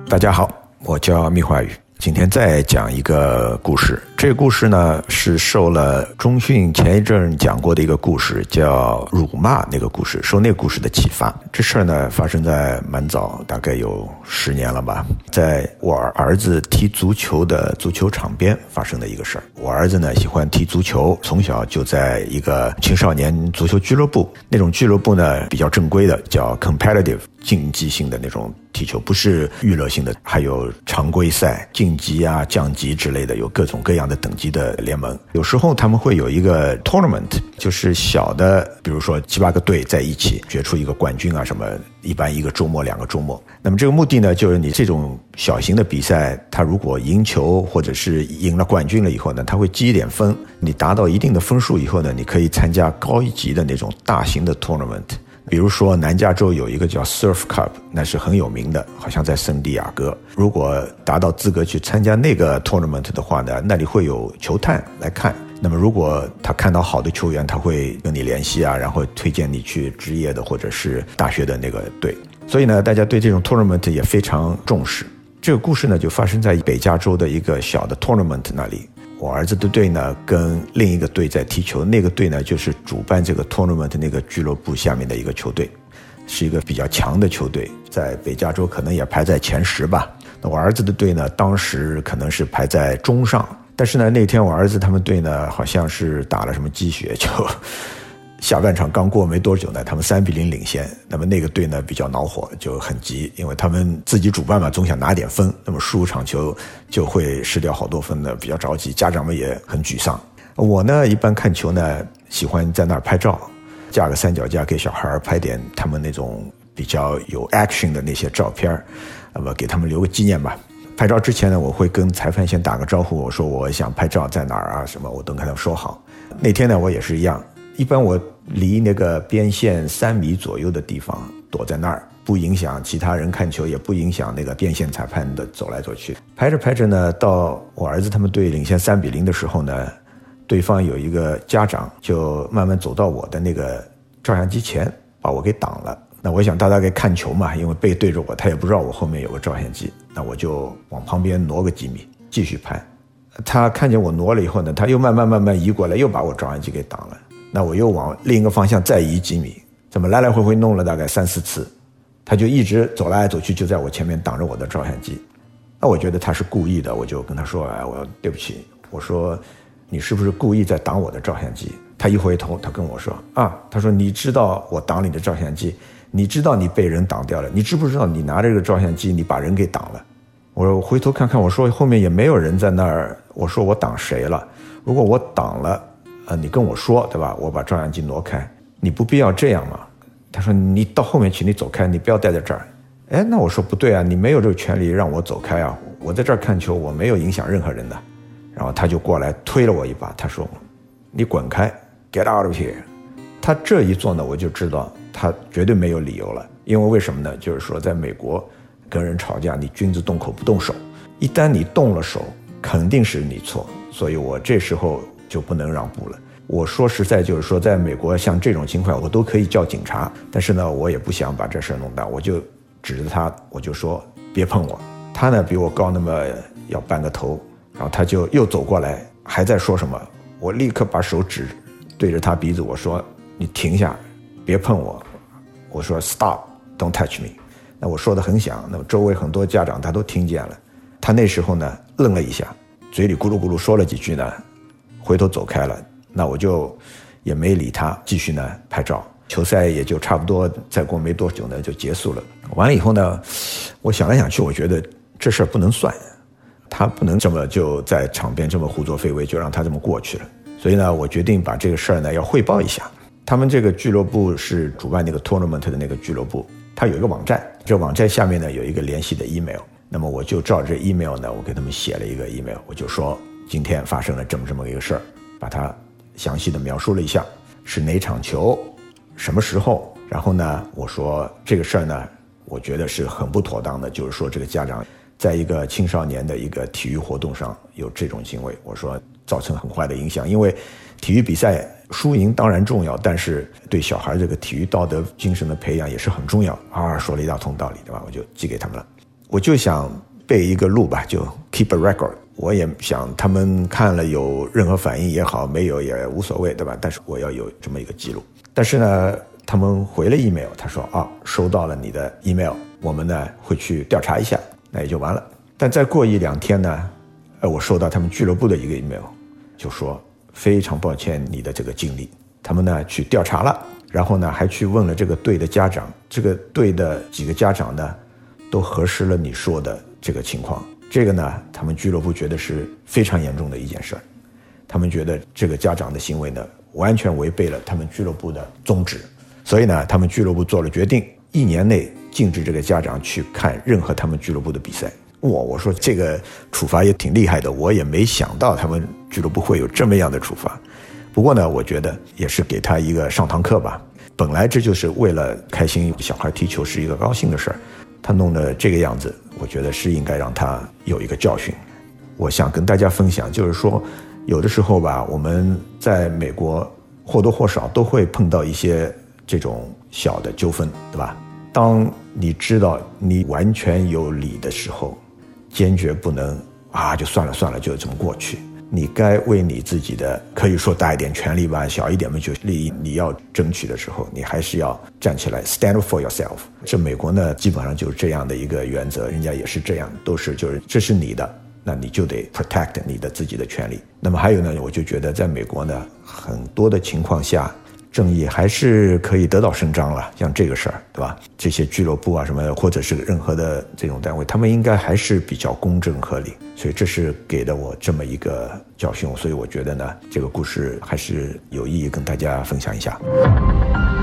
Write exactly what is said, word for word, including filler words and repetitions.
大家好，我叫密华语，今天再讲一个故事。这个故事呢是受了中讯前一阵讲过的一个故事，叫辱骂那个故事，受那个故事的启发。这事儿呢发生在蛮早，大概有十年了吧，在我儿子踢足球的足球场边发生的一个事儿。我儿子呢喜欢踢足球，从小就在一个青少年足球俱乐部，那种俱乐部呢比较正规的，叫 competitive 竞技性的那种踢球，不是娱乐性的，还有常规赛、晋级啊、降级之类的，有各种各样的等级的联盟。有时候他们会有一个 tournament， 就是小的，比如说七八个队在一起决出一个冠军啊什么，一般一个周末两个周末。那么这个目的呢，就是你这种小型的比赛，他如果赢球或者是赢了冠军了以后呢，他会积一点分，你达到一定的分数以后呢，你可以参加高一级的那种大型的 tournament。比如说南加州有一个叫 Surf Cup， 那是很有名的，好像在圣地亚哥。如果达到资格去参加那个 tournament 的话呢，那里会有球探来看。那么如果他看到好的球员，他会跟你联系啊，然后推荐你去职业的或者是大学的那个队。所以呢，大家对这种 tournament 也非常重视。这个故事呢就发生在北加州的一个小的 tournament 那里。我儿子的队呢跟另一个队在踢球，那个队呢就是主办这个 tournament 那个俱乐部下面的一个球队，是一个比较强的球队，在北加州可能也排在前十吧。那我儿子的队呢当时可能是排在中上，但是呢那天我儿子他们队呢好像是打了什么鸡血，就下半场刚过没多久呢，他们三比零领先。那么那个队呢比较恼火，就很急，因为他们自己主办嘛，总想拿点分，那么输场球就会失掉好多分的，比较着急，家长们也很沮丧。我呢一般看球呢喜欢在那儿拍照，架个三脚架给小孩拍点他们那种比较有 action 的那些照片，那么给他们留个纪念吧。拍照之前呢，我会跟裁判先打个招呼，我说我想拍照在哪儿啊什么，我都跟他们说好。那天呢我也是一样，一般我离那个边线三米左右的地方躲在那儿，不影响其他人看球，也不影响那个边线裁判的走来走去。拍着拍着呢，到我儿子他们队领先三比零的时候呢，对方有一个家长就慢慢走到我的那个照相机前，把我给挡了。那我想他大概看球嘛，因为背对着我，他也不知道我后面有个照相机，那我就往旁边挪个几米继续拍。他看见我挪了以后呢，他又慢慢慢慢移过来，又把我照相机给挡了。那我又往另一个方向再移几米，这么来来回回弄了大概三四次，他就一直走来走去，就在我前面挡着我的照相机。那我觉得他是故意的，我就跟他说，哎，我对不起，我说你是不是故意在挡我的照相机？他一回头，他跟我说啊，他说你知道我挡你的照相机，你知道你被人挡掉了，你知不知道你拿这个照相机你把人给挡了？我说我回头看看，我说后面也没有人在那儿，我说我挡谁了？如果我挡了呃，你跟我说对吧，我把照相机挪开，你不必要这样嘛。他说你到后面去，你走开，你不要待在这儿。哎，那我说不对啊，你没有这个权利让我走开啊，我在这儿看球，我没有影响任何人的。然后他就过来推了我一把，他说你滚开 get out of here。 他这一做呢，我就知道他绝对没有理由了。因为为什么呢，就是说在美国跟人吵架，你君子动口不动手，一旦你动了手肯定是你错，所以我这时候就不能让步了。我说实在就是说，在美国像这种情况我都可以叫警察，但是呢我也不想把这事弄大，我就指着他，我就说别碰我。他呢比我高那么要半个头，然后他就又走过来还在说什么，我立刻把手指对着他鼻子，我说你停下，别碰我，我说 stop don't touch me。 那我说得很响，那么周围很多家长他都听见了。他那时候呢愣了一下，嘴里咕噜咕噜说了几句呢，回头走开了。那我就也没理他，继续呢拍照。球赛也就差不多再过没多久呢就结束了。完了以后呢，我想来想去，我觉得这事儿不能算，他不能这么就在场边这么胡作非为，就让他这么过去了。所以呢我决定把这个事儿呢要汇报一下。他们这个俱乐部是主办那个 tournament 的那个俱乐部，他有一个网站，这个网站下面呢有一个联系的 email。 那么我就照这 email 呢，我给他们写了一个 email， 我就说今天发生了这么这么一个事儿，把它详细的描述了一下，是哪场球，什么时候，然后呢我说这个事儿呢我觉得是很不妥当的，就是说这个家长在一个青少年的一个体育活动上有这种行为，我说造成很坏的影响。因为体育比赛输赢当然重要，但是对小孩这个体育道德精神的培养也是很重要啊，说了一大通道理，对吧？我就寄给他们了。 我就想备一个录吧，就 keep a record。我也想他们看了有任何反应也好，没有也无所谓，对吧？但是我要有这么一个记录。但是呢，他们回了 email， 他说啊，收到了你的 email， 我们呢会去调查一下，那也就完了。但再过一两天呢，呃，我收到他们俱乐部的一个 email， 就说非常抱歉你的这个经历，他们呢去调查了，然后呢还去问了这个队的家长，这个队的几个家长呢都核实了你说的这个情况。这个呢，他们俱乐部觉得是非常严重的一件事儿，他们觉得这个家长的行为呢，完全违背了他们俱乐部的宗旨，所以呢，他们俱乐部做了决定，一年内禁止这个家长去看任何他们俱乐部的比赛。哇，我说这个处罚也挺厉害的，我也没想到他们俱乐部会有这么样的处罚。不过呢，我觉得也是给他一个上堂课吧。本来这就是为了开心，小孩踢球是一个高兴的事儿，他弄得这个样子，我觉得是应该让他有一个教训。我想跟大家分享，就是说有的时候吧，我们在美国或多或少都会碰到一些这种小的纠纷，对吧？当你知道你完全有理的时候，坚决不能啊就算了算了就这么过去。你该为你自己的，可以说大一点权利吧，小一点嘛就利益你要争取的时候，你还是要站起来 stand up for yourself。 这美国呢基本上就是这样的一个原则，人家也是这样，都是就是这是你的，那你就得 protect 你的自己的权利。那么还有呢，我就觉得在美国呢，很多的情况下正义还是可以得到伸张了，像这个事儿，对吧？这些俱乐部啊什么，或者是任何的这种单位，他们应该还是比较公正合理，所以这是给了我这么一个教训。所以我觉得呢，这个故事还是有意义跟大家分享一下。